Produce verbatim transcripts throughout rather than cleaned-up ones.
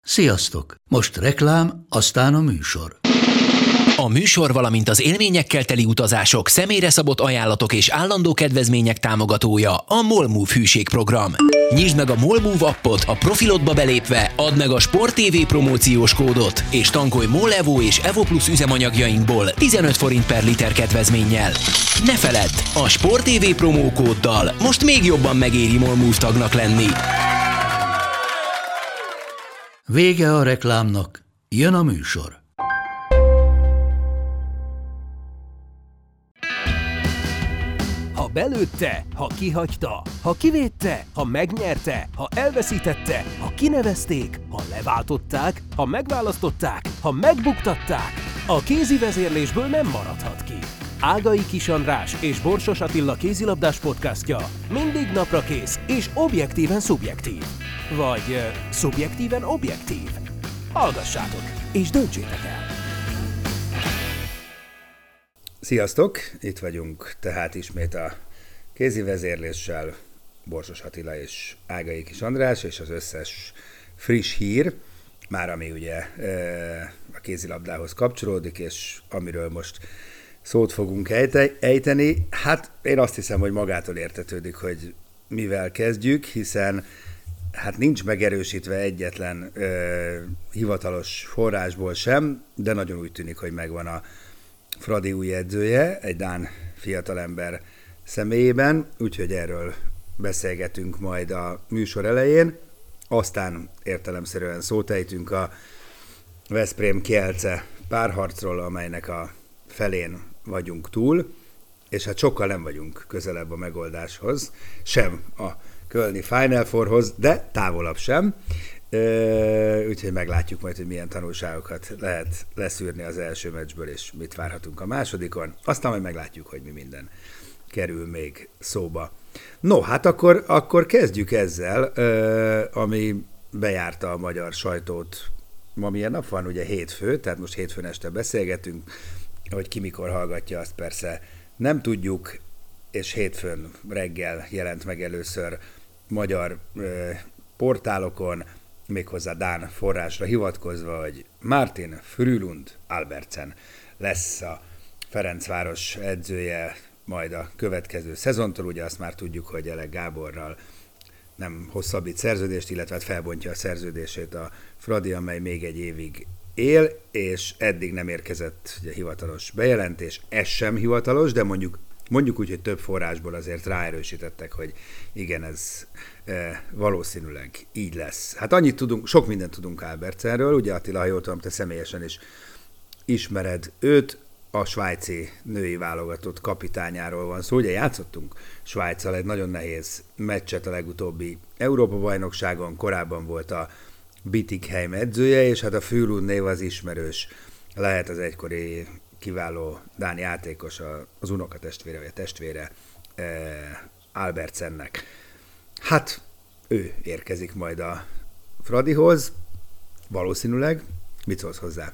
Sziasztok! Most reklám, aztán a műsor. A műsor, valamint az élményekkel teli utazások, személyre szabott ajánlatok és állandó kedvezmények támogatója a MOLMOVE hűségprogram. Nyisd meg a MOLMOVE appot, a profilodba belépve add meg a Sport té vé promóciós kódot, és tankolj MOL Evo és Evo Plus üzemanyagjainkból tizenöt forint per liter kedvezménnyel. Ne feledd, a Sport té vé promókóddal most még jobban megéri MOLMOVE tagnak lenni. Vége a reklámnak, jön a műsor. Ha belőtte, ha kihagyta, ha kivédte, ha megnyerte, ha elveszítette, ha kinevezték, ha leváltották, ha megválasztották, ha megbuktatták, a kézi vezérlésből nem maradhat ki. Ágai Kis András és Borsos Attila kézilabdás podcastja mindig napra kész és objektíven szubjektív. Vagy uh, szubjektíven objektív. Hallgassátok és döntsétek el! Sziasztok! Itt vagyunk tehát ismét a kézi vezérléssel, Borsos Attila és Ágai Kis András, és az összes friss hír, már ami ugye a kézilabdához kapcsolódik, és amiről most szót fogunk ejteni. Hát én azt hiszem, hogy magától értetődik, hogy mivel kezdjük, hiszen hát nincs megerősítve egyetlen ö, hivatalos forrásból sem, de nagyon úgy tűnik, hogy megvan a Fradi új edzője, egy dán fiatalember személyében, úgyhogy erről beszélgetünk majd a műsor elején. Aztán értelemszerűen szót ejtünk a Veszprém-Kielce párharcról, amelynek a felén vagyunk túl, és hát sokkal nem vagyunk közelebb a megoldáshoz, sem a kölni Final Fourhoz, de távolabb sem. Úgyhogy meglátjuk majd, hogy milyen tanulságokat lehet leszűrni az első meccsből, és mit várhatunk a másodikon. Aztán majd meglátjuk, hogy mi minden kerül még szóba. No, hát akkor, akkor kezdjük ezzel, ami bejárta a magyar sajtót. Ma milyen nap van? Ugye hétfő, tehát most hétfőn este beszélgetünk, hogy ki mikor hallgatja, azt persze nem tudjuk, és hétfőn reggel jelent meg először magyar portálokon, méghozzá dán forrásra hivatkozva, hogy Martin Frülund Albertsen lesz a Ferencváros edzője majd a következő szezontól. Ugye azt már tudjuk, hogy Elek Gáborral nem hosszabbít szerződést, illetve hát felbontja a szerződését a Fradi, amely még egy évig él, és eddig nem érkezett ugye, hivatalos bejelentés, ez sem hivatalos, de mondjuk Mondjuk úgy, hogy több forrásból azért ráerősítettek, hogy igen, ez e, valószínűleg így lesz. Hát annyit tudunk, sok mindent tudunk Albertsenről, ugye Attila, ha jól tudom, te személyesen is ismered őt, a svájci női válogatott kapitányáról van szó. Ugye játszottunk Svájccal egy nagyon nehéz meccset a legutóbbi Európa-bajnokságon, korábban volt a Bietigheim edzője, és hát a Frülund név az ismerős lehet az egykori kiváló dán játékos, az unokatestvére, vagy a testvére Albertsennek. Hát ő érkezik majd a Fradihoz, valószínűleg. Mit szólsz hozzá?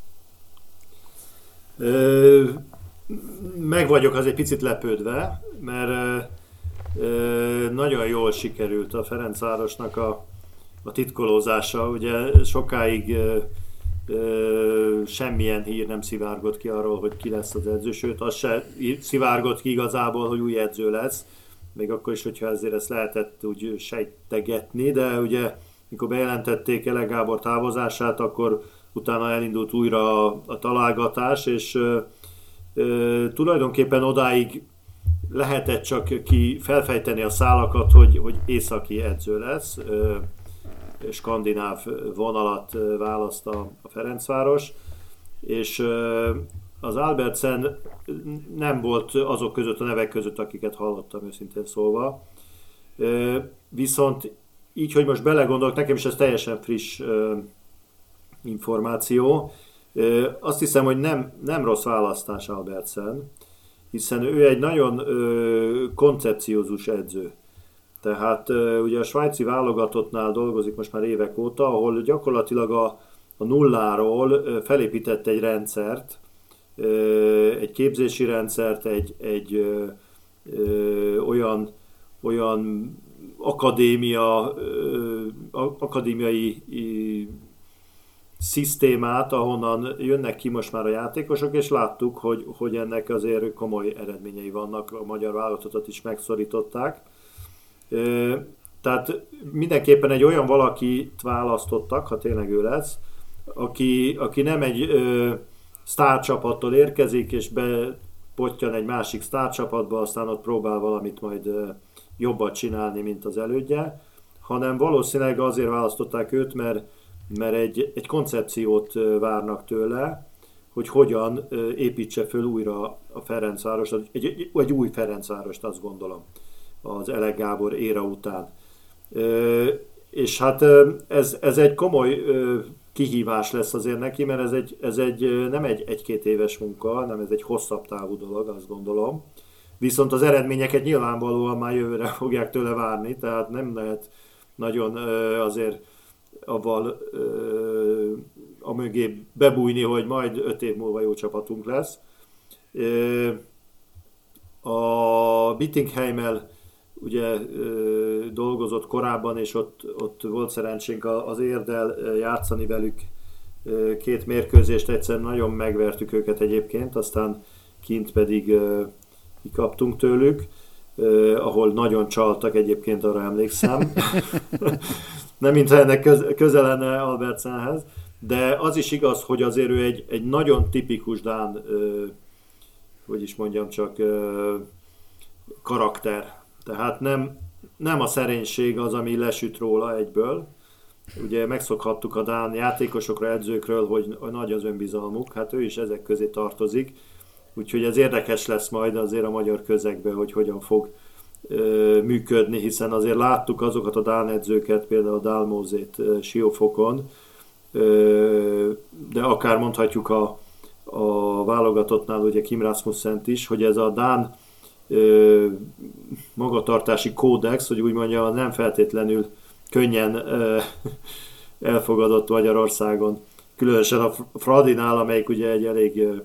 Ö, meg vagyok az egy picit lepődve, mert ö, nagyon jól sikerült a Ferencvárosnak a, a titkolózása. Ugye sokáig ö, Ö, semmilyen hír nem szivárgott ki arról, hogy ki lesz az edző, sőt az se szivárgott ki igazából, hogy új edző lesz, még akkor is, hogyha ezért ezt lehetett úgy sejtegetni, de ugye mikor bejelentették Elek Gábor távozását, akkor utána elindult újra a, a találgatás, és ö, ö, tulajdonképpen odáig lehetett csak ki felfejteni a szálakat, hogy, hogy északi edző lesz, ö, skandináv vonalat választ a Ferencváros, és az Albertsen nem volt azok között a nevek között, akiket hallottam őszintén szólva. Viszont így, hogy most belegondolok, nekem is ez teljesen friss információ, azt hiszem, hogy nem, nem rossz választás Albertsen, hiszen ő egy nagyon koncepciózus edző. Tehát ugye a svájci válogatottnál dolgozik most már évek óta, ahol gyakorlatilag a, a nulláról felépített egy rendszert, egy képzési rendszert, egy, egy ö, ö, olyan, olyan akadémia, ö, akadémiai szisztémát, ahonnan jönnek ki most már a játékosok, és láttuk, hogy, hogy ennek azért komoly eredményei vannak, a magyar válogatottat is megszorították. Tehát mindenképpen egy olyan valakit választottak, ha tényleg ő lesz, aki, aki nem egy ö, sztárcsapattól érkezik, és bepottyan egy másik sztárcsapatba, aztán ott próbál valamit majd ö, jobbat csinálni, mint az elődje, hanem valószínűleg azért választották őt, mert, mert egy, egy koncepciót várnak tőle, hogy hogyan építse föl újra a Ferencvárost, egy, egy, egy új Ferencvárost, azt gondolom, az Elek Gábor éra után. És hát ez, ez egy komoly kihívás lesz azért neki, mert ez, egy, ez egy, nem egy egy-két éves munka, hanem ez egy hosszabb távú dolog, azt gondolom. Viszont az eredményeket nyilvánvalóan már jövőre fogják tőle várni, tehát nem lehet nagyon azért avval a mögé bebújni, hogy majd öt év múlva jó csapatunk lesz. A Bittingheimmel ugye dolgozott korábban, és ott, ott volt szerencsénk az Érddel játszani velük két mérkőzést, egyszer nagyon megvertük őket egyébként, aztán kint pedig kikaptunk tőlük, ahol nagyon csaltak egyébként, arra emlékszem. Nem mintha ennek köze lenne Albertsenhez, de az is igaz, hogy azért ő egy, egy nagyon tipikus dán, hogy is mondjam csak, karakter. Tehát nem, nem a szerénység az, ami lesüt róla egyből. Ugye megszokhattuk a dán játékosokra, edzőkről, hogy nagy az önbizalmuk, hát ő is ezek közé tartozik. Úgyhogy ez érdekes lesz majd azért a magyar közegben, hogy hogyan fog ö, működni, hiszen azért láttuk azokat a dán edzőket, például a Dalmózét Siófokon, ö, de akár mondhatjuk a, a válogatottnál ugye Kim Rasmussent is, hogy ez a dán ö, magatartási kódex, hogy úgy mondja, nem feltétlenül könnyen ö, elfogadott Magyarországon. Különösen a Fradinál, amelyik ugye egy elég ö,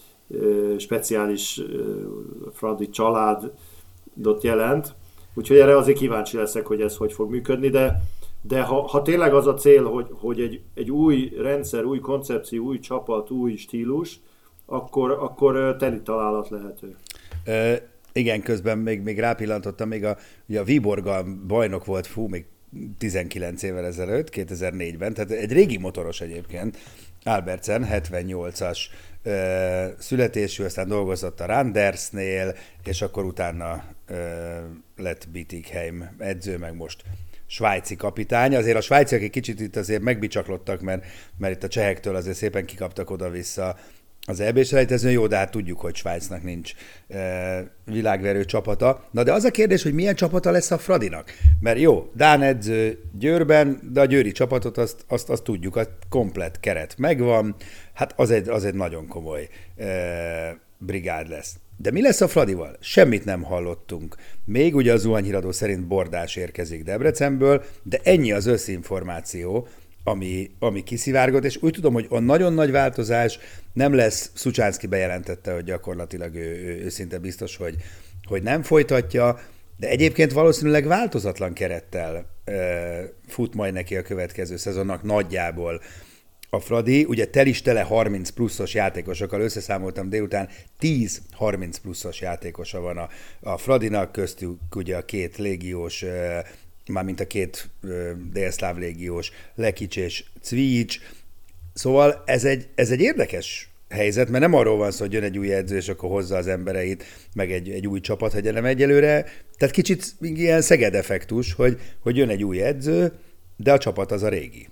ö, speciális ö, fradi családot jelent. Úgyhogy erre azért kíváncsi leszek, hogy ez hogy fog működni, de, de ha, ha tényleg az a cél, hogy, hogy egy, egy új rendszer, új koncepció, új csapat, új stílus, akkor, akkor teli találat lehető. Ö- Igen, közben még, még rápillantottam, még a, ugye a Viborga bajnok volt, fú, még tizenkilenc évvel ezelőtt, kétezer-négyben, tehát egy régi motoros egyébként, Albertsen, hetvennyolcas ö, születésű, aztán dolgozott a Randersnél, és akkor utána ö, lett Bittingheim edző, meg most svájci kapitány. Azért a svájciak egy kicsit itt azért megbicsaklottak, mert, mert itt a csehektől azért szépen kikaptak oda-vissza az é bé-s selejtezőn, jó, de hát tudjuk, hogy Svájcnak nincs e, világverő csapata. Na de az a kérdés, hogy milyen csapata lesz a Fradinak? Mert jó, dán edző Győrben, de a győri csapatot azt, azt, azt tudjuk, a komplett keret megvan, hát az egy, az egy nagyon komoly e, brigád lesz. De mi lesz a Fradival? Semmit nem hallottunk. Még ugye a zuhanyhíradó szerint Bordás érkezik Debrecenből, de ennyi az összinformáció, ami, ami kiszivárgott, és úgy tudom, hogy a nagyon nagy változás nem lesz. Szucsánszky bejelentette, hogy gyakorlatilag ő, ő, ő szinte biztos, hogy, hogy nem folytatja, de egyébként valószínűleg változatlan kerettel e, fut majd neki a következő szezonnak nagyjából a Fradi. Ugye tel is tele harminc pluszos játékosokkal, összeszámoltam délután, tíz harminc pluszos játékosa van a, a Fradinak, köztük ugye a két légiós, e, mármint a két ö, délszláv légiós, Lekics és Cvijics. Szóval ez egy, ez egy érdekes helyzet, mert nem arról van szó, hogy jön egy új edző, és akkor hozza az embereit, meg egy, egy új csapat, hogy nem egyelőre. Tehát kicsit ilyen Szeged effektus, hogy, hogy jön egy új edző, de a csapat az a régi.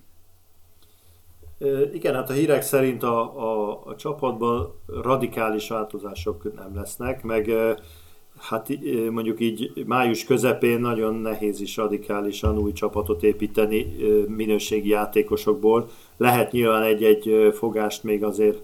Igen, hát a hírek szerint a, a, a csapatban radikális változások nem lesznek, meg hát mondjuk így május közepén nagyon nehéz is radikálisan új csapatot építeni minőségi játékosokból. Lehet nyilván egy-egy fogást még azért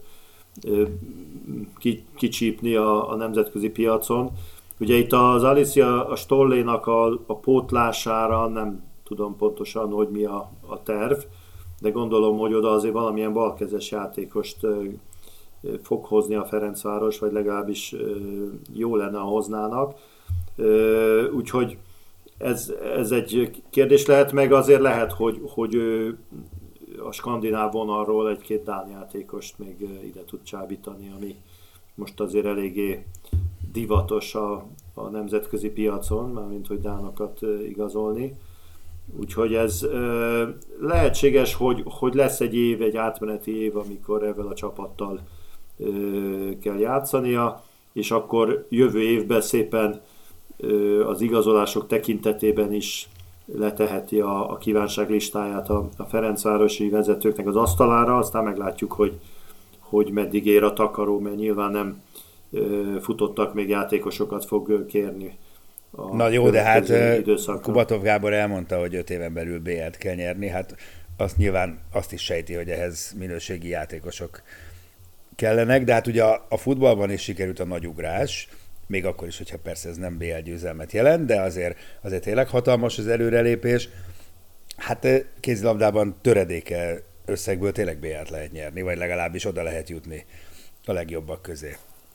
kicsípni a, a nemzetközi piacon. Ugye itt az Alicia a Stollénak a, a pótlására nem tudom pontosan, hogy mi a, a terv, de gondolom, hogy oda azért valamilyen balkezes játékost fog hozni a Ferencváros, vagy legalábbis jó lenne, ha hoznának. Úgyhogy ez, ez egy kérdés lehet, meg azért lehet, hogy, hogy a skandináv vonalról egy-két dán játékost még ide tud csábítani, ami most azért eléggé divatos a, a nemzetközi piacon, mármint hogy dánokat igazolni. Úgyhogy ez lehetséges, hogy, hogy lesz egy év, egy átmeneti év, amikor ezzel a csapattal kell játszania, és akkor jövő évben szépen az igazolások tekintetében is leteheti a, a kívánság listáját a, a ferencvárosi vezetőknek az asztalára, aztán meglátjuk, hogy, hogy meddig ér a takaró, mert nyilván nem futottak még játékosokat fog kérni. Na jó, de hát Kubatov Gábor elmondta, hogy öt éven belül bé el-t kell nyerni, hát azt nyilván azt is sejti, hogy ehhez minőségi játékosok kellenek, de hát ugye a, a futballban is sikerült a nagy ugrás, még akkor is, hogyha persze ez nem bé el győzelmet jelent, de azért, azért tényleg hatalmas az előrelépés. Hát kézilabdában töredéke összegből tényleg bé el-t lehet nyerni, vagy legalábbis oda lehet jutni a legjobbak közé.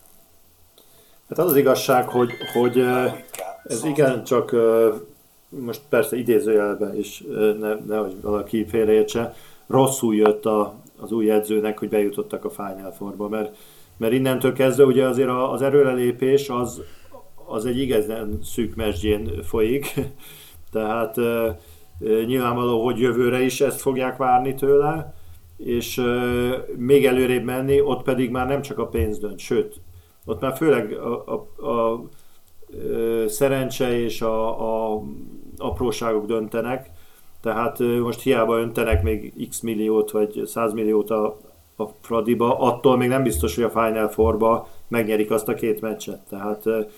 Hát az az igazság, hogy, hogy ez igen, csak most persze idézőjelben is, ne, nehogy valaki félreértse, rosszul jött a, az új edzőnek, hogy bejutottak a Final Fourba, mert, mert innentől kezdve ugye azért az előrelépés az, az egy igazán szűk mesdjén folyik, tehát nyilvánvaló, hogy jövőre is ezt fogják várni tőle, és még előrébb menni, ott pedig már nem csak a pénz dönt, sőt, ott már főleg a, a, a, a szerencse és a, a apróságok döntenek, tehát most hiába öntenek még x milliót vagy száz milliót a, a Fradiba, attól még nem biztos, hogy a Final Fourba megnyerik azt a két meccset. Tehát,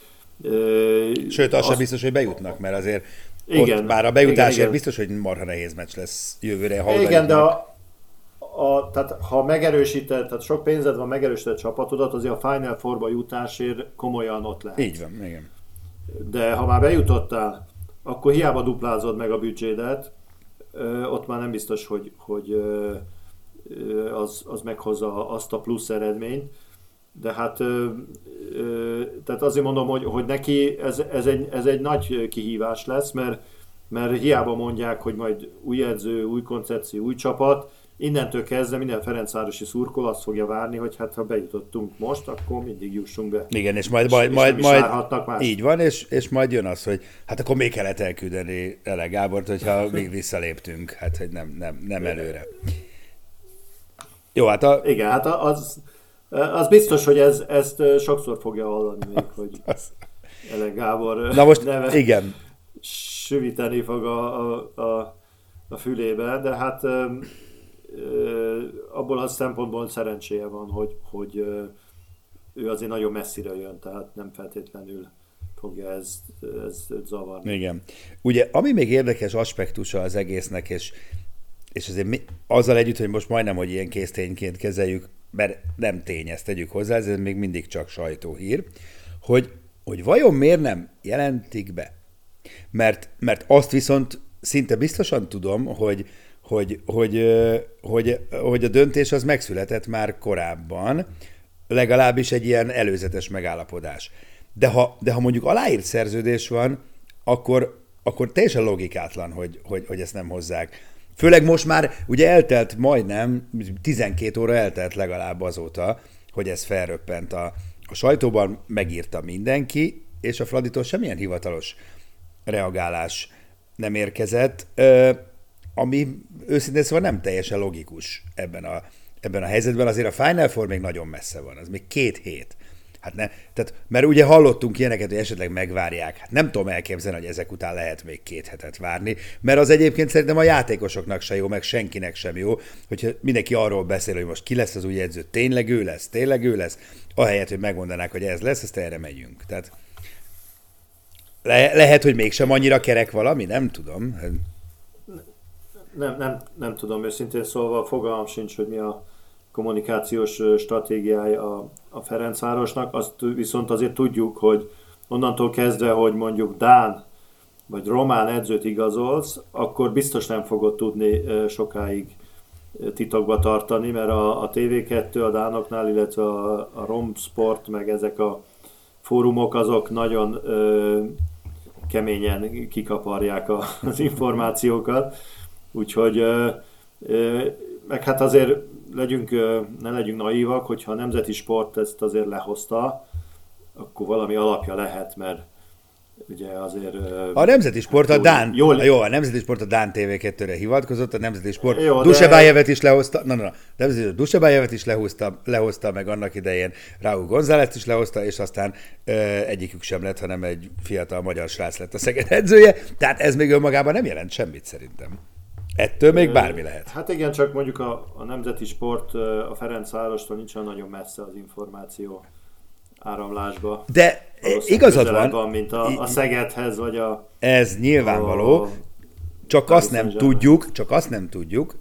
sőt, az, az sem biztos, hogy bejutnak, mert azért igen, ott bár a bejutásért igen, igen. biztos, hogy marha nehéz meccs lesz jövőre. Ha igen, de a, A, tehát ha megerősített, tehát sok pénzed van, megerősített csapatodat, azért a Final Fourba jutásért komolyan ott lehet. Így van, igen. De ha már bejutottál, akkor hiába duplázod meg a büdzsédet, ott már nem biztos, hogy, hogy az, az meghozza azt a plusz eredményt. De hát tehát azért mondom, hogy, hogy neki ez, ez, egy, ez egy nagy kihívás lesz, mert, mert hiába mondják, hogy majd új edző, új koncepció, új csapat, innentől kezdve minden ferencvárosi szurkoló azt fogja várni, hogy hát ha bejutottunk most, akkor mindig jussunk be. Igen, és majd, majd, és majd, majd így van, és, és majd jön az, hogy hát akkor még kellett elküldeni Ele Gábort, hogyha még visszaléptünk, hát hogy nem, nem, nem előre. Jó, hát a... Igen, hát az, az biztos, hogy ez, ezt sokszor fogja hallani még, hogy Ele Gábor Na most, neve igen. süvíteni fog a, a, a, a fülébe, de hát abból a szempontból szerencséje van, hogy, hogy ő azért nagyon messzire jön, tehát nem feltétlenül fogja ezt, ezt zavarni. Igen. Ugye, ami még érdekes aspektusa az egésznek, és, és azért mi, azzal együtt, hogy most majdnem, hogy ilyen késztényként kezeljük, mert nem tény, ezt tegyük hozzá, ez még mindig csak sajtóhír, hogy, hogy vajon miért nem jelentik be? Mert, mert azt viszont szinte biztosan tudom, hogy Hogy, hogy, hogy, hogy a döntés az megszületett már korábban, legalábbis egy ilyen előzetes megállapodás. De ha, de ha mondjuk aláírt szerződés van, akkor, akkor teljesen logikátlan, hogy, hogy, hogy ezt nem hozzák. Főleg most már ugye eltelt majdnem, tizenkét óra eltelt legalább azóta, hogy ez felröppent a, a sajtóban, megírta mindenki, és a Fraditól semmilyen hivatalos reagálás nem érkezett, ami őszintén szóval nem teljesen logikus ebben a, ebben a helyzetben. Azért a Final Four még nagyon messze van, az még két hét. Hát ne, tehát, mert ugye hallottunk ilyeneket, hogy esetleg megvárják. Hát nem tudom elképzelni, hogy ezek után lehet még két hetet várni, mert az egyébként szerintem a játékosoknak se jó, meg senkinek sem jó, hogyha mindenki arról beszél, hogy most ki lesz az új edző, tényleg ő lesz, tényleg ő lesz, ahelyett, hogy megmondanák, hogy ez lesz, ezt erre megyünk. Tehát le, lehet, hogy mégsem annyira kerek valami, nem tudom. Nem, nem, nem tudom őszintén szólva, fogalmam sincs, hogy mi a kommunikációs stratégiája a, a Ferencvárosnak. Azt viszont azért tudjuk, hogy onnantól kezdve, hogy mondjuk dán vagy román edzőt igazolsz, akkor biztos nem fogod tudni sokáig titokba tartani, mert a, a té vé kettő a dánoknál, illetve a, a Rom Sport, meg ezek a fórumok, azok nagyon ö, keményen kikaparják a, az információkat. Úgyhogy ö, ö, meg hát azért legyünk, ne legyünk naívak, hogyha a nemzeti sport ezt azért lehozta, akkor valami alapja lehet, mert ugye azért... A nemzeti sport a Dán, jól... jó, a nemzeti sport a Dán té vé kettőre hivatkozott, a nemzeti sport Jó, Dusebájevet de... is lehozta, na, na, na, nemzeti Dusebájevet is lehozta, lehozta, meg annak idején Raúl González is lehozta, és aztán ö, egyikük sem lett, hanem egy fiatal magyar srác lett a Szeged edzője, tehát ez még önmagában nem jelent semmit szerintem. Ettől még bármi lehet. Hát igen, csak mondjuk a, a nemzeti sport a Ferencvárostól nincsen nagyon messze az információ áramlásba. De igazad van. van, mint a, a Szegedhez, vagy a... Ez nyilvánvaló, a, csak azt nem tudjuk, csak azt nem tudjuk,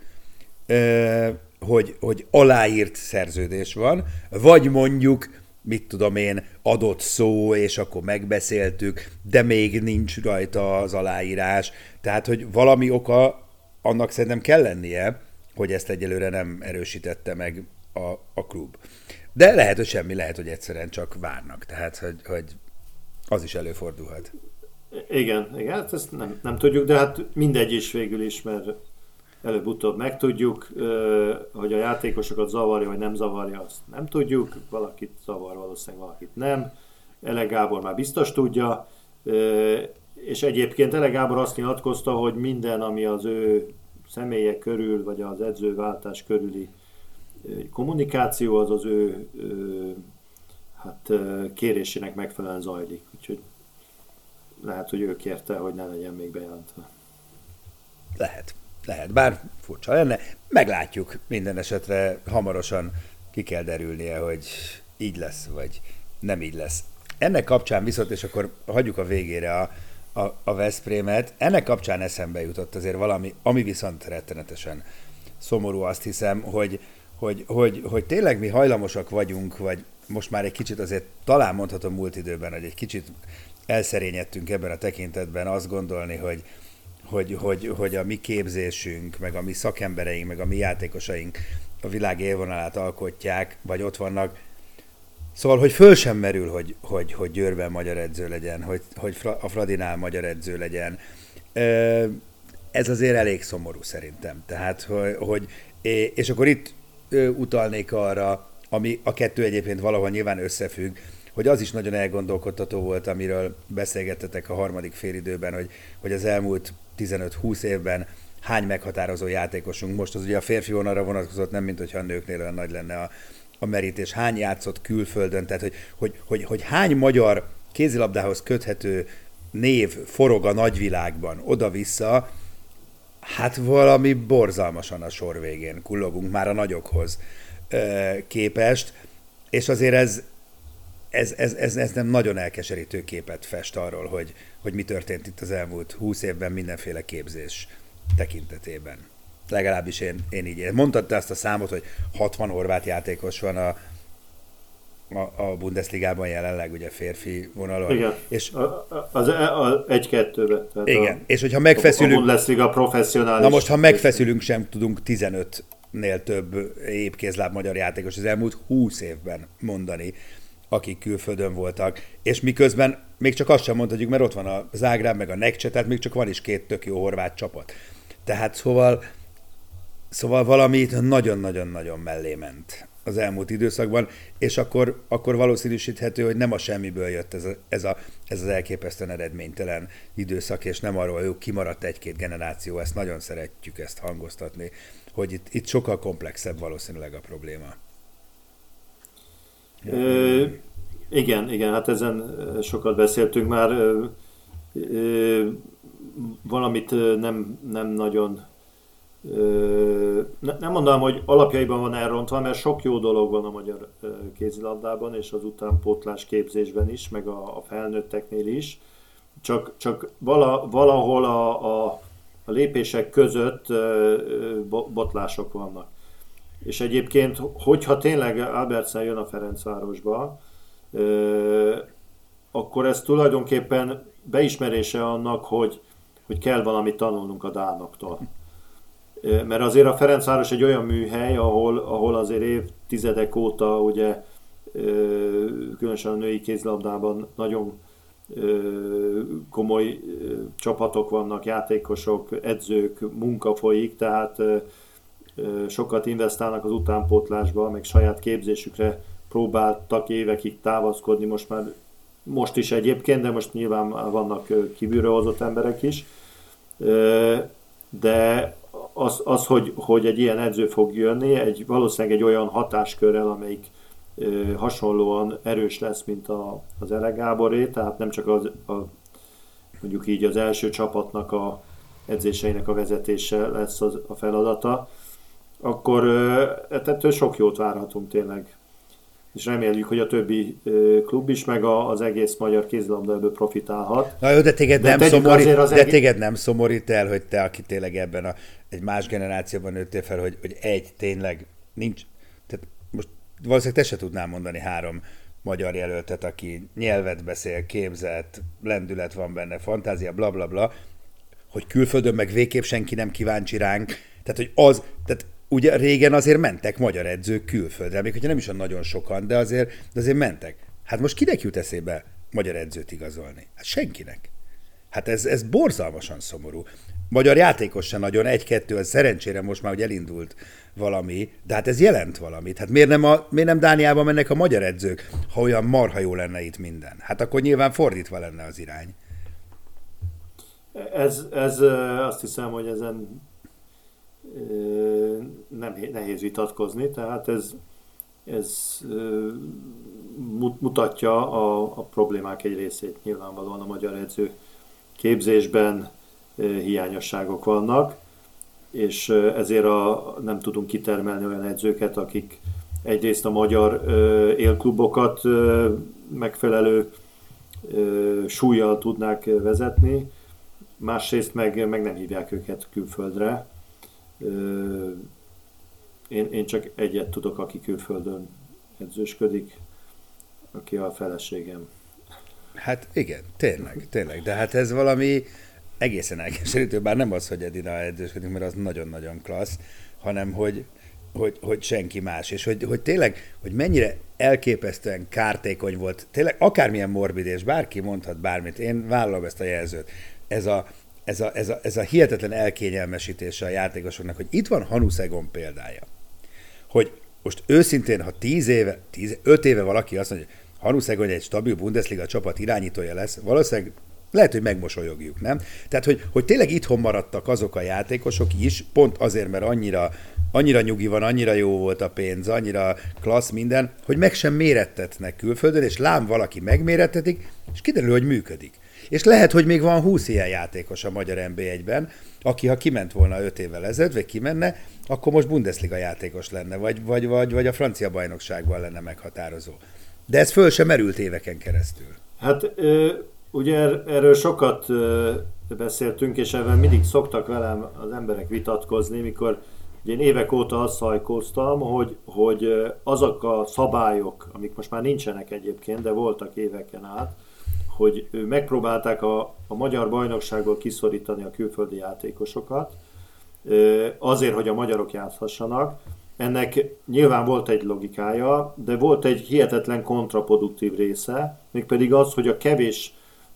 hogy, hogy aláírt szerződés van, vagy mondjuk, mit tudom én, adott szó, és akkor megbeszéltük, de még nincs rajta az aláírás. Tehát, hogy valami oka annak szerintem kell lennie, hogy ezt egyelőre nem erősítette meg a, a klub. De lehet, hogy semmi, lehet, hogy egyszerűen csak várnak. Tehát, hogy, hogy az is előfordulhat. Igen, igen, hát ezt nem, nem tudjuk, de hát mindegy is végül is, mert előbb-utóbb megtudjuk, hogy a játékosokat zavarja, vagy nem zavarja, azt nem tudjuk. Valakit zavar, valószínűleg valakit nem. Ele Gábor már biztos tudja, és egyébként Ele Gábor azt nyilatkozta, hogy minden, ami az ő személye körül, vagy az edzőváltás körüli kommunikáció, az az ő, ő hát, kérésének megfelelően zajlik. Úgyhogy lehet, hogy ő kérte, hogy ne legyen még bejelentve. Lehet. Lehet, bár furcsa lenne. Meglátjuk, minden esetre hamarosan ki kell derülnie, hogy így lesz, vagy nem így lesz. Ennek kapcsán viszont, és akkor hagyjuk a végére a, a, a Veszprémet, ennek kapcsán eszembe jutott azért valami, ami viszont rettenetesen szomorú, azt hiszem, hogy, hogy, hogy, hogy tényleg mi hajlamosak vagyunk, vagy most már egy kicsit azért talán mondhatom múlt időben, hogy egy kicsit elszerényedtünk ebben a tekintetben azt gondolni, hogy Hogy, hogy, hogy a mi képzésünk, meg a mi szakembereink, meg a mi játékosaink a világ élvonalát alkotják, vagy ott vannak. Szóval, hogy föl sem merül, hogy, hogy, hogy Győrben magyar edző legyen, hogy, hogy a Fradinál magyar edző legyen. Ez azért elég szomorú szerintem. Tehát, hogy, hogy és akkor itt utalnék arra, ami a kettő egyébként valahol nyilván összefügg, hogy az is nagyon elgondolkodtató volt, amiről beszélgettetek a harmadik félidőben, hogy, hogy az elmúlt tizenöt-húsz évben hány meghatározó játékosunk, most az ugye a férfi vonalra vonatkozott, nem mint hogyha a nőknél olyan nagy lenne a, a merítés, hány játszott külföldön, tehát hogy, hogy, hogy, hogy hány magyar kézilabdához köthető név forog a nagyvilágban oda-vissza, hát valami borzalmasan a sor végén kullogunk már a nagyokhoz képest, és azért ez Ez, ez, ez, ez nem nagyon elkeserítő képet fest arról, hogy, hogy mi történt itt az elmúlt húsz évben mindenféle képzés tekintetében. Legalábbis én, én így. Mondtad te azt a számot, hogy hatvan horvát játékos van a, a, a Bundesligában jelenleg, ugye férfi vonalon. Igen, és az, az egy-kettőben. Igen, a, és hogyha megfeszülünk... A Bundesliga professzionális... Na most, ha megfeszülünk, sem tudunk tizenötnél több épkézláb magyar játékos az elmúlt húsz évben mondani, akik külföldön voltak, és miközben még csak azt sem mondhatjuk, mert ott van a Zágráb, meg a Nekcse, tehát még csak van is két tök jó horvát csapat. Tehát szóval, szóval valami nagyon-nagyon-nagyon mellé ment az elmúlt időszakban, és akkor, akkor valószínűsíthető, hogy nem a semmiből jött ez, a, ez, a, ez az elképesztően eredménytelen időszak, és nem arról, hogy kimaradt egy-két generáció, ezt nagyon szeretjük ezt hangoztatni, hogy itt, itt sokkal komplexebb valószínűleg a probléma. Ö, igen, igen, hát ezen sokat beszéltünk már. Ö, ö, valamit nem, nem nagyon... Ö, ne, nem mondanám, hogy alapjaiban van elrontva, mert sok jó dolog van a magyar kézilabdában, és az utánpótlás képzésben is, meg a, a felnőtteknél is. Csak, csak vala, valahol a, a, a lépések között ö, botlások vannak. És egyébként, hogyha tényleg Albertsen jön a Ferencvárosba, akkor ez tulajdonképpen beismerése annak, hogy, hogy kell valamit tanulnunk a dánoktól. Mert azért a Ferencváros egy olyan műhely, ahol, ahol azért évtizedek óta, ugye, különösen a női kézilabdában nagyon komoly csapatok vannak, játékosok, edzők, munka folyik, tehát sokat investálnak az utánpótlásba, meg saját képzésükre próbáltak évekig távozkodni, most már most is egyébként, de most nyilván vannak kívülről hozott emberek is. De az, az hogy, hogy egy ilyen edző fog jönni, egy, valószínűleg egy olyan hatáskörrel, amelyik hasonlóan erős lesz, mint a, az Ele Gáboré, tehát nem csak az, a, mondjuk így az első csapatnak a edzéseinek a vezetése lesz az, a feladata, akkor ettől sok jót várhatunk tényleg. És reméljük, hogy a többi klub is, meg az egész magyar kézilabda ebből profitálhat. Na jó, de téged, de nem, szomorít, de egész... téged nem szomorít el, hogy te, aki tényleg ebben a, egy más generációban nőttél fel, hogy, hogy egy tényleg nincs, tehát most valószínűleg te se tudnál mondani három magyar jelöltet, aki nyelvet beszél, képzett, lendület van benne, fantázia, bla bla bla, hogy külföldön meg végképp senki nem kíváncsi ránk, tehát hogy az, tehát ugye régen azért mentek magyar edzők külföldre, még hogyha nem is olyan nagyon sokan, de azért, de azért mentek. Hát most kinek jut eszébe magyar edzőt igazolni? Hát senkinek. Hát ez, ez borzalmasan szomorú. Magyar játékos se nagyon, egy-kettő, az szerencsére most már, hogy elindult valami, de hát ez jelent valamit. Hát miért nem, a, miért nem Dániába mennek a magyar edzők, ha olyan marha jó lenne itt minden? Hát akkor nyilván fordítva lenne az irány. Ez, ez azt hiszem, hogy ezen nem nehéz vitatkozni, tehát ez, ez mutatja a, a problémák egy részét. Nyilvánvalóan a magyar edző képzésben hiányosságok vannak, és ezért a, nem tudunk kitermelni olyan edzőket, akik egyrészt a magyar élklubokat megfelelő súllyal tudnák vezetni, másrészt meg, meg nem hívják őket külföldre. Én, én csak egyet tudok, aki külföldön edzősködik, aki a feleségem. Hát igen, tényleg, tényleg, de hát ez valami egészen elkeserítő, bár nem az, hogy Edina edzősködik, mert az nagyon-nagyon klassz, hanem hogy, hogy, hogy senki más, és hogy, hogy tényleg, hogy mennyire elképesztően kártékony volt, tényleg akármilyen morbid, és bárki mondhat bármit, én vállalom ezt a jelzőt, ez a Ez a, ez, a, ez a hihetetlen elkényelmesítése a játékosoknak, hogy itt van Hanuszegom példája. Hogy most őszintén, ha tíz éve, tíz, öt éve valaki azt mondja, hogy Hanuszegom egy stabil Bundesliga csapat irányítója lesz, valószínűleg lehet, hogy megmosolyogjuk, nem? Tehát, hogy, hogy tényleg itthon maradtak azok a játékosok is, pont azért, mert annyira, annyira nyugi van, annyira jó volt a pénz, annyira klassz minden, hogy meg sem mérettetnek külföldön, és lám valaki megmérettetik, és kiderül, hogy működik. És lehet, hogy még van húsz ilyen játékos a magyar en bé egyben, aki ha kiment volna öt évvel ezelőtt, vagy kimenne, akkor most Bundesliga játékos lenne, vagy, vagy, vagy, vagy a francia bajnokságban lenne meghatározó. De ez föl sem merült éveken keresztül. Hát ugye erről sokat beszéltünk, és ebben mindig szoktak velem az emberek vitatkozni, mikor ugye én évek óta azt szajkóztam, hogy, hogy azok a szabályok, amik most már nincsenek egyébként, de voltak éveken át, hogy megpróbálták a, a magyar bajnokságból kiszorítani a külföldi játékosokat, azért, hogy a magyarok játszhassanak. Ennek nyilván volt egy logikája, de volt egy hihetetlen kontraproduktív része, mégpedig az, hogy a kevés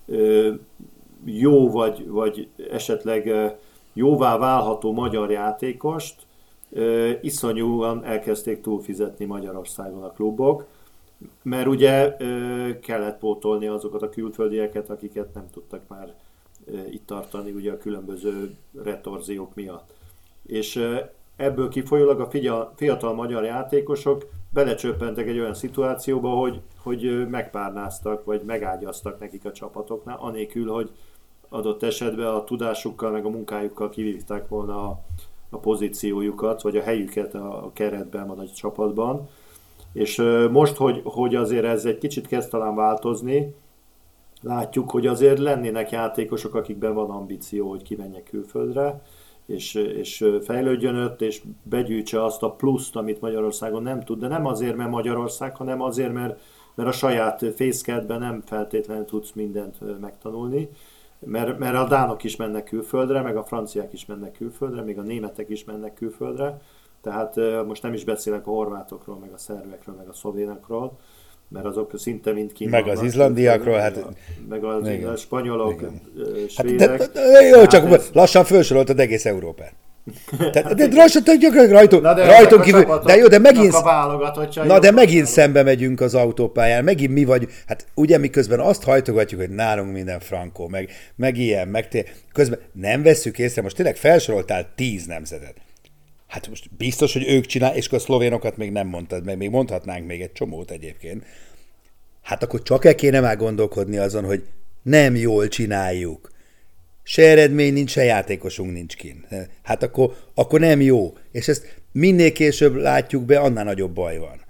jó vagy, vagy esetleg jóvá válható magyar játékost iszonyúan elkezdték túlfizetni Magyarországon a klubok, mert ugye kellett pótolni azokat a külföldieket, akiket nem tudtak már itt tartani ugye a különböző retorziók miatt. És ebből kifolyólag a fiatal magyar játékosok belecsöppentek egy olyan szituációba, hogy, hogy megpárnáztak, vagy megágyaztak nekik a csapatoknál, anélkül, hogy adott esetben a tudásukkal, meg a munkájukkal kivívták volna a, a pozíciójukat, vagy a helyüket a, a keretben, vagy a csapatban. És most, hogy, hogy azért ez egy kicsit kezd talán változni, látjuk, hogy azért lennének játékosok, akikben van ambíció, hogy kimenjek külföldre, és, és fejlődjön ott, és begyűjtse azt a pluszt, amit Magyarországon nem tud, de nem azért, mert Magyarország, hanem azért, mert, mert a saját fészkedben nem feltétlenül tudsz mindent megtanulni, mert, mert a dánok is mennek külföldre, meg a franciák is mennek külföldre, még a németek is mennek külföldre, tehát most nem is beszélek a horvátokról, meg a szervekről, meg a szlovénokról, mert azok szinte mind kint meg az izlandiakról, meg hát... A, meg az igen, a spanyolok, igen. svédek. Hát de, de, de, jó, csak ez... lassan felsoroltad egész Európát. Tehát, de lassan gyakorlatilag rajtunk, na de rajtunk kívül, de jó, de megint, na de megint szembe megyünk az autópályán, megint mi vagy, hát ugye miközben azt hajtogatjuk, hogy nálunk minden frankó, meg, meg ilyen, meg té, közben nem vesszük észre, most tényleg felsoroltál tíz nemzetet. Hát most biztos, hogy ők csinál, és a szlovénokat még nem mondtad, meg még mondhatnánk még egy csomót egyébként. Hát akkor csak el kéne már gondolkodni azon, hogy nem jól csináljuk. Se eredmény nincs, se játékosunk nincs kint. Hát akkor, akkor nem jó. És ezt minél később látjuk be, annál nagyobb baj van.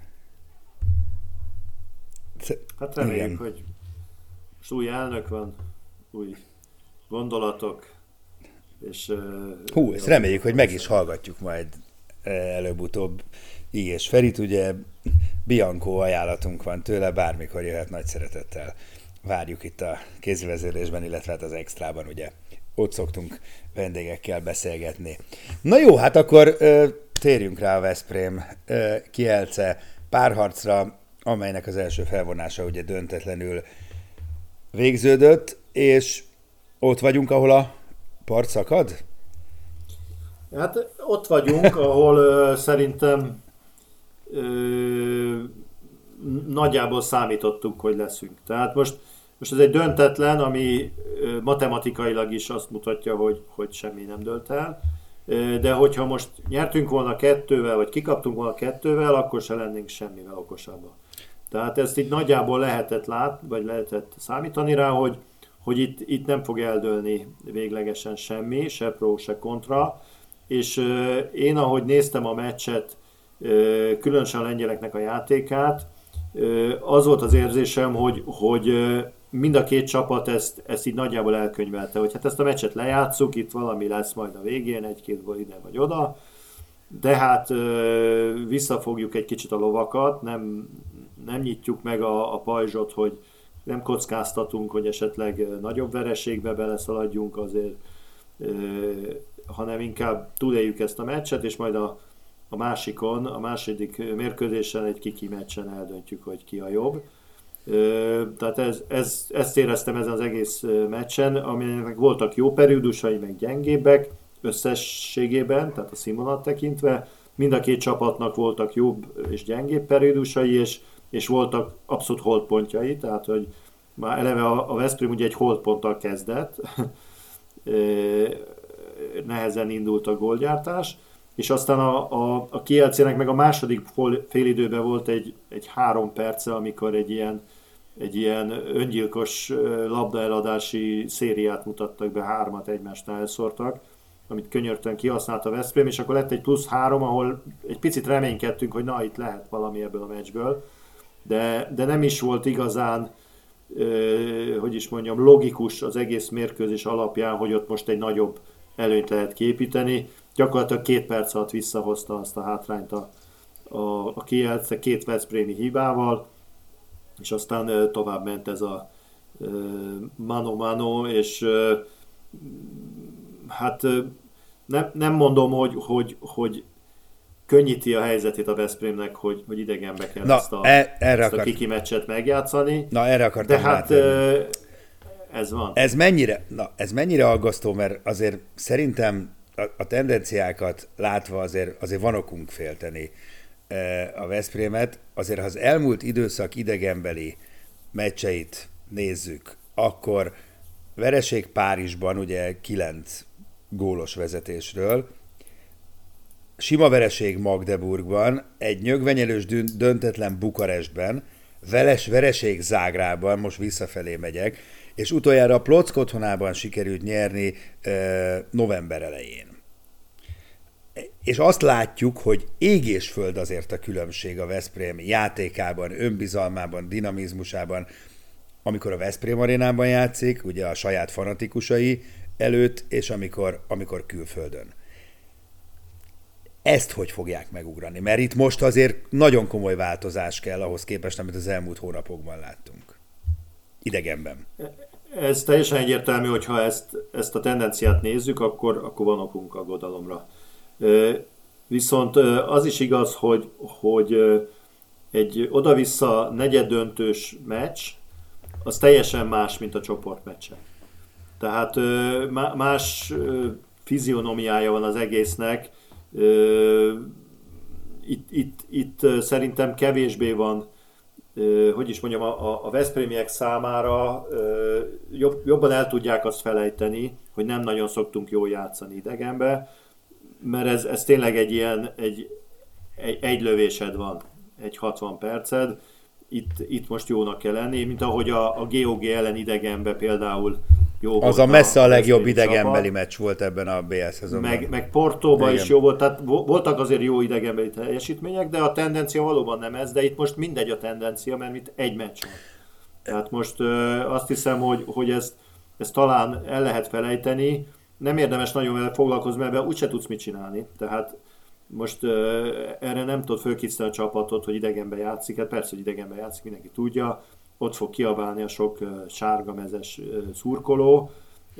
Hát reméljük, igen. Hogy most új elnök van, új gondolatok, és... Hú, ezt reméljük, hogy meg is hallgatjuk majd előbb-utóbb I. és Ferit, ugye Bianco ajánlatunk van tőle, bármikor jöhet, nagy szeretettel várjuk itt a kézilvezérésben, illetve hát az extrában, ugye ott szoktunk vendégekkel beszélgetni. Na jó, hát akkor ö, térjünk rá a Veszprém ö, Kielce párharcra, amelynek az első felvonása ugye döntetlenül végződött, és ott vagyunk, ahol a part szakad? Hát ott vagyunk, ahol ö, szerintem ö, nagyjából számítottuk, hogy leszünk. Tehát most, most ez egy döntetlen, ami ö, matematikailag is azt mutatja, hogy, hogy semmi nem dölt el. Ö, de hogyha most nyertünk volna kettővel, vagy kikaptunk volna kettővel, akkor se lennénk semmivel okosabbak. Tehát ezt így nagyjából lehetett látni, vagy lehetett számítani rá, hogy, hogy itt, itt nem fog eldőlni véglegesen semmi, se pro, se kontra. És euh, én, ahogy néztem a meccset, euh, különösen a lengyeleknek a játékát, euh, az volt az érzésem, hogy, hogy euh, mind a két csapat ezt, ezt így nagyjából elkönyvelte, hogy hát ezt a meccset lejátszuk, itt valami lesz majd a végén, egy-két gól ide vagy oda, de hát euh, visszafogjuk egy kicsit a lovakat, nem, nem nyitjuk meg a, a pajzsot, hogy nem kockáztatunk, hogy esetleg nagyobb vereségbe beleszaladjunk azért, euh, hanem inkább túléljük ezt a meccset, és majd a, a másikon, a második mérkőzésen, egy kiki meccsen eldöntjük, hogy ki a jobb. Ö, tehát ez, ez, ezt éreztem ezen az egész meccsen, aminek voltak jó periódusai, meg gyengébbek összességében, tehát a színvonalat tekintve. Mind a két csapatnak voltak jobb és gyengébb periódusai, és, és voltak abszolút holdpontjai, tehát hogy már eleve a, a Veszprém ugye egy holdponttal kezdett, nehezen indult a gólgyártás, és aztán a, a, a Kielcének meg a második félidőben volt egy, egy három perce, amikor egy ilyen, egy ilyen öngyilkos labdaeladási szériát mutattak be, hármat egymásnál elszórtak, amit könyörtően kihasznált a Veszprém, és akkor lett egy plusz három, ahol egy picit reménykedtünk, hogy na, itt lehet valami ebből a meccsből, de, de nem is volt igazán, eh, hogy is mondjam, logikus az egész mérkőzés alapján, hogy ott most egy nagyobb előnyt lehet kiépíteni. Gyakorlatilag két perc alatt visszahozta azt a hátrányt a, a, a Kielce két veszprémi hibával, és aztán uh, tovább ment ez a uh, mano-mano, és uh, hát uh, nem, nem mondom, hogy, hogy, hogy könnyíti a helyzetét a Veszprémnek, hogy, hogy idegenbe kell Na, ezt a, e, ezt a kiki meccset megjátszani. Na, erre akartam De hát uh, ez van. Ez mennyire, na, ez mennyire aggasztó, mert azért szerintem a, a tendenciákat látva azért, azért van okunk félteni e, a Veszprémet. Azért, ha az elmúlt időszak idegenbeli meccseit nézzük, akkor vereség Párizsban ugye kilenc gólos vezetésről, sima vereség Magdeburgban, egy nyögvenyelős döntetlen Bukarestben, veles vereség Zágrában, most visszafelé megyek, és utoljára a Plock otthonában sikerült nyerni e, november elején. És azt látjuk, hogy ég és föld azért a különbség a Veszprém játékában, önbizalmában, dinamizmusában, amikor a Veszprém arénában játszik, ugye a saját fanatikusai előtt, és amikor, amikor külföldön. Ezt hogy fogják megugrani? Mert itt most azért nagyon komoly változás kell ahhoz képest, amit az elmúlt hónapokban láttunk. Idegenben. Ez teljesen egyértelmű, hogyha ezt, ezt a tendenciát nézzük, akkor, akkor van okunk aggodalomra. Viszont az is igaz, hogy, hogy egy oda-vissza negyeddöntős meccs, az teljesen más, mint a csoportmeccse. Tehát más fizionomiája van az egésznek. Itt, itt, itt szerintem kevésbé van, hogy is mondjam, a, a veszprémiek számára jobb, jobban el tudják azt felejteni, hogy nem nagyon szoktunk jól játszani idegenbe, mert ez, ez tényleg egy ilyen, egy, egy, egy lövésed van, egy hatvan perced, itt, itt most jónak kell lenni, mint ahogy a, a gé o gé ellen idegenbe például jó az volt a messze a, a legjobb csapat. idegenbeli meccs volt ebben a bé el szezonban. Meg, meg Portóban is jó volt, tehát voltak azért jó idegenbeli teljesítmények, de a tendencia valóban nem ez, de itt most mindegy a tendencia, mert itt egy meccs van. Tehát most ö, azt hiszem, hogy, hogy ezt, ezt talán el lehet felejteni, nem érdemes nagyon vele foglalkozni, mert úgyse tudsz mit csinálni. Tehát most uh, erre nem tudod fölkészíteni a csapatot, hogy idegenben játszik. Hát persze, hogy idegenben játszik, mindenki tudja. Ott fog kiabálni a sok uh, sárgamezes uh, szurkoló.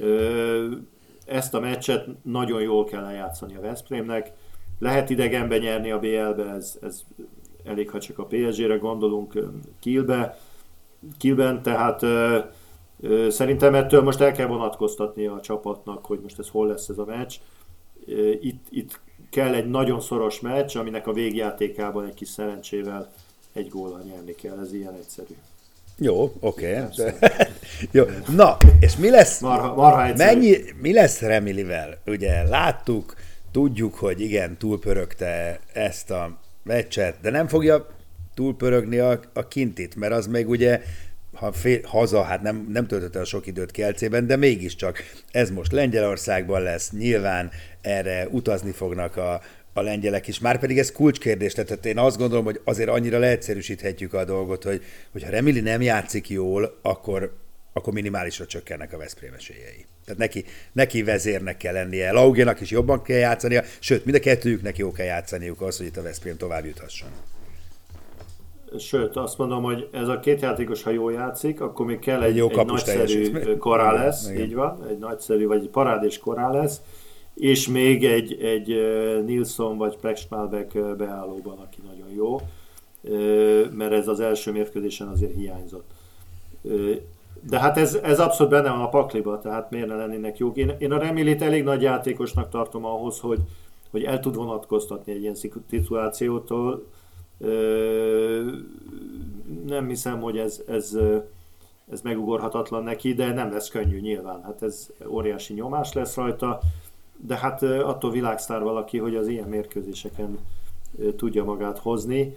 Uh, ezt a meccset nagyon jól kell eljátszani a Veszprémnek. Lehet idegenben nyerni a bé el-be, ez, ez elég, ha csak a pé es gé-re gondolunk, uh, Kielbe, Kielben, tehát uh, uh, szerintem ettől most el kell vonatkoztatni a csapatnak, hogy most ez hol lesz ez a meccs. Uh, itt, itt kell egy nagyon szoros meccs, aminek a végjátékában egy kis szerencsével egy góllal nyerni kell, ez ilyen egyszerű. Jó, oké. Okay. Jó, na, és mi lesz, marha, marha mennyi, mi lesz Remilivel? Ugye láttuk, tudjuk, hogy igen, túlpörögte ezt a meccset, de nem fogja túlpörögni a, a kintit, mert az még ugye ha fél, haza, hát nem, nem töltötte a sok időt Kielcében, de mégiscsak ez most Lengyelországban lesz, nyilván erre utazni fognak a, a lengyelek is, márpedig ez kulcskérdés, tehát én azt gondolom, hogy azért annyira leegyszerűsíthetjük a dolgot, hogy, hogy ha Remili nem játszik jól, akkor, akkor minimálisra csökkennek a Veszprém esélyei. Tehát neki, neki vezérnek kell lennie, Laugénak is jobban kell játszania, sőt, mind a kettőjüknek jó kell játszaniuk az, hogy itt a Veszprém tovább juthasson. Sőt, azt mondom, hogy ez a két játékos, ha jól játszik, akkor még kell egy, jó egy nagyszerű korá lesz, igen. Így van, egy nagyszerű, vagy egy parádés korá lesz, és még egy, egy Nilsson vagy Pekstmalbek beállóban, aki nagyon jó, mert ez az első mérkőzésen azért hiányzott. De hát ez, ez abszolút benne van a pakliba, tehát miért ne lennének jók. Én, én a Remilit elég nagy játékosnak tartom ahhoz, hogy, hogy el tud vonatkoztatni egy ilyen szituációtól. Nem hiszem, hogy ez, ez, ez megugorhatatlan neki, de nem lesz könnyű nyilván. Hát ez óriási nyomás lesz rajta, de hát attól világsztár valaki, hogy az ilyen mérkőzéseken tudja magát hozni.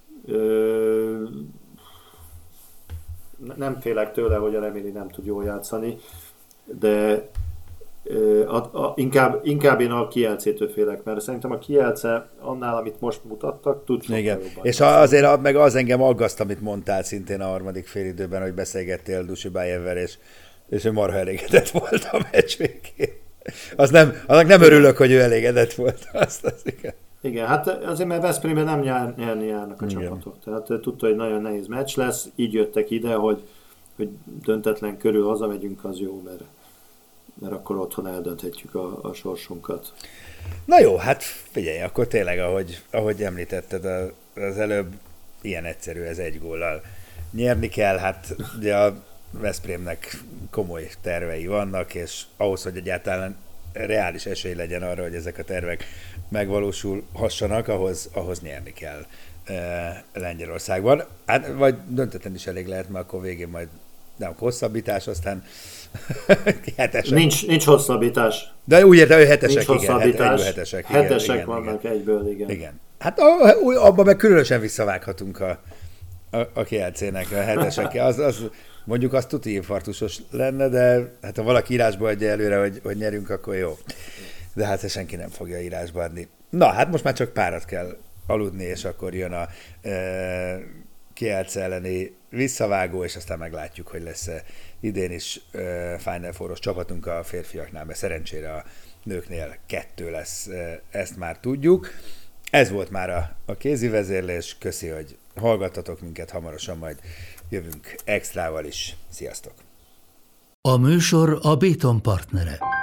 Nem félek tőle, hogy a Remili nem tud jól játszani, de A, a, inkább, inkább én a Kielcétől félek, mert szerintem a Kielce annál, amit most mutattak, tud sokkal igen. jobban. És a, azért meg az engem aggaszt, amit mondtál szintén a harmadik félidőben, hogy beszélgettél Dusibájevvel, és, és ő marha elégedett volt a meccs végén. Az nem, annak nem örülök, hogy ő elégedett volt. Azt, az igen. Igen, hát azért, mert Veszprémben nem nyár, nyerni járnak a igen. csapatok. Tehát tudta, hogy nagyon nehéz meccs lesz, így jöttek ide, hogy, hogy döntetlen körül hazamegyünk, az jó, mert mert akkor otthon eldönthetjük a, a sorsunkat. Na jó, hát figyelj, akkor tényleg, ahogy, ahogy említetted az előbb, ilyen egyszerű ez egy góllal nyerni kell, hát ugye a Veszprémnek komoly tervei vannak, és ahhoz, hogy egyáltalán reális esély legyen arra, hogy ezek a tervek megvalósulhassanak, ahhoz, ahhoz nyerni kell e, Lengyelországban. Hát vagy döntetlen is elég lehet, mert akkor végén majd nem hosszabbítás, aztán hetesek. Nincs, nincs hosszabbítás. De úgy értem, hogy hetesek, nincs hosszabbítás. Igen, hetesek, igen, hetesek igen, vannak igen. egyből, igen. igen. Hát abban meg különösen visszavághatunk a, a, a Kielcének a hetesekkel. Az, az, mondjuk az tuti infarktusos lenne, de hát ha valaki írásba adja előre, hogy, hogy nyerünk, akkor jó. De hát senki nem fogja írásba adni. Na, hát most már csak párat kell aludni, és akkor jön a e, Kielce elleni visszavágó, és aztán meglátjuk, hogy lesz-e idén is uh, Final Four-os csapatunk a férfiaknál, mert szerencsére a nőknél kettő lesz, uh, ezt már tudjuk. Ez volt már a, a kézi vezérlés, köszi, hogy hallgattatok minket, hamarosan majd jövünk extrával is. Sziasztok! A műsor a Béton partnere.